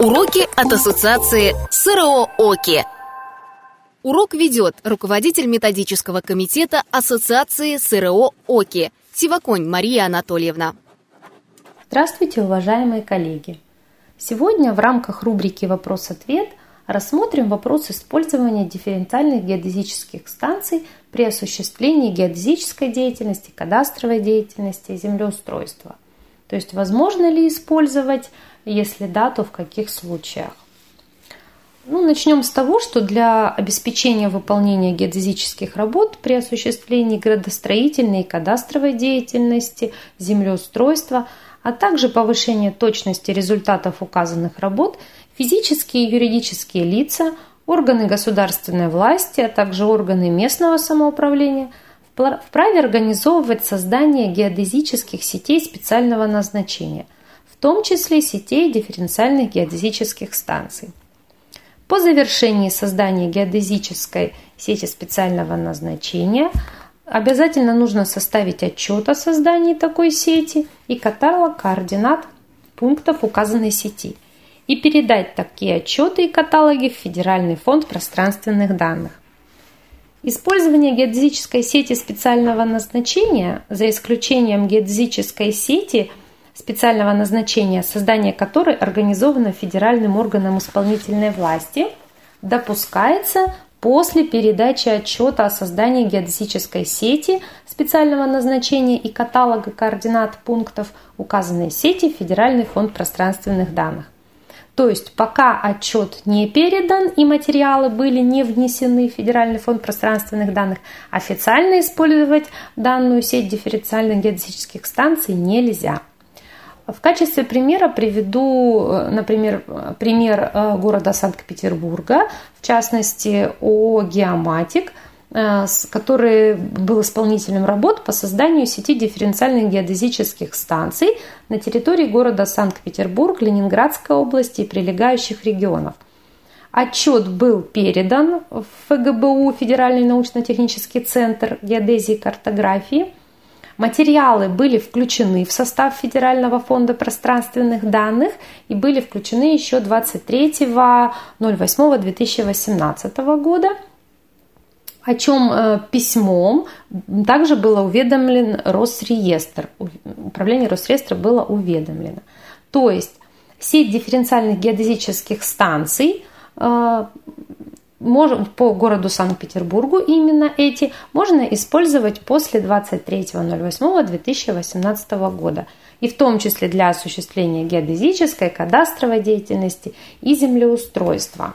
Уроки от ассоциации СРО ОКИ. Урок ведет руководитель методического комитета ассоциации СРО ОКИ Сиваконь Мария Анатольевна. Здравствуйте, уважаемые коллеги! Сегодня в рамках рубрики «Вопрос-ответ» рассмотрим вопрос использования дифференциальных геодезических станций при осуществлении геодезической деятельности, кадастровой деятельности и землеустройства. То есть, возможно ли использовать, если да, то в каких случаях? Начнем с того, что для обеспечения выполнения геодезических работ при осуществлении градостроительной и кадастровой деятельности, землеустройства, а также повышения точности результатов указанных работ, физические и юридические лица, органы государственной власти, а также органы местного самоуправления вправе организовывать создание геодезических сетей специального назначения, в том числе сетей дифференциальных геодезических станций. По завершении создания геодезической сети специального назначения обязательно нужно составить отчет о создании такой сети и каталог координат пунктов указанной сети и передать такие отчеты и каталоги в Федеральный фонд пространственных данных. Использование геодезической сети специального назначения, за исключением геодезической сети специального назначения, создание которой организовано федеральным органом исполнительной власти, допускается после передачи отчета о создании геодезической сети специального назначения и каталога координат пунктов указанной сети в Федеральный фонд пространственных данных. То есть пока отчет не передан и материалы были не внесены в Федеральный фонд пространственных данных, официально использовать данную сеть дифференциальных геодезических станций нельзя. В качестве примера приведу, например, пример города Санкт-Петербурга, в частности, ООО «Геоматик», который был исполнителем работ по созданию сети дифференциальных геодезических станций на территории города Санкт-Петербург, Ленинградской области и прилегающих регионов. Отчет был передан в ФГБУ, Федеральный научно-технический центр геодезии и картографии. Материалы были включены в состав Федерального фонда пространственных данных и были включены еще 23.08.2018 года, о чем письмом также было уведомлен Росреестр. Управление Росреестра было уведомлено. То есть сеть дифференциальных геодезических станций по городу Санкт-Петербургу именно эти можно использовать после 23.08.2018 года. И в том числе для осуществления геодезической, кадастровой деятельности и землеустройства.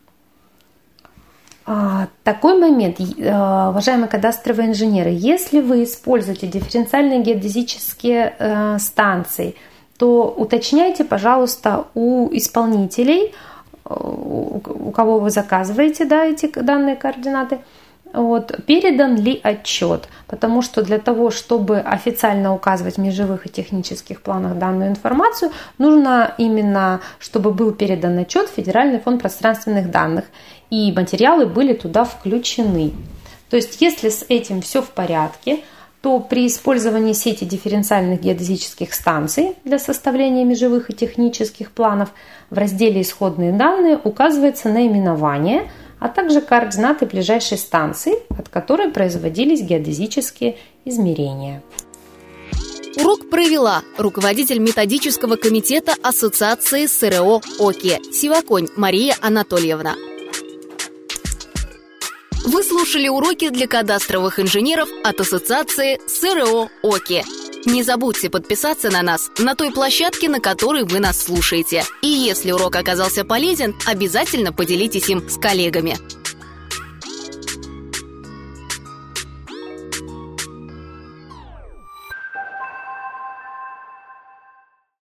Такой момент, уважаемые кадастровые инженеры, если вы используете дифференциальные геодезические станции, то уточняйте, пожалуйста, у исполнителей, у кого вы заказываете эти данные координаты, передан ли отчет, потому что для того, чтобы официально указывать в межевых и технических планах данную информацию, нужно именно, чтобы был передан отчет в Федеральный фонд пространственных данных, и материалы были туда включены. То есть, если с этим все в порядке, то при использовании сети дифференциальных геодезических станций для составления межевых и технических планов в разделе «Исходные данные» указывается наименование, а также координаты ближайшей станции, от которой производились геодезические измерения. Урок провела руководитель методического комитета ассоциации СРО ОКИ Сиваконь Мария Анатольевна. Вы слушали уроки для кадастровых инженеров от ассоциации СРО ОКИ. Не забудьте подписаться на нас на той площадке, на которой вы нас слушаете. И если урок оказался полезен, обязательно поделитесь им с коллегами.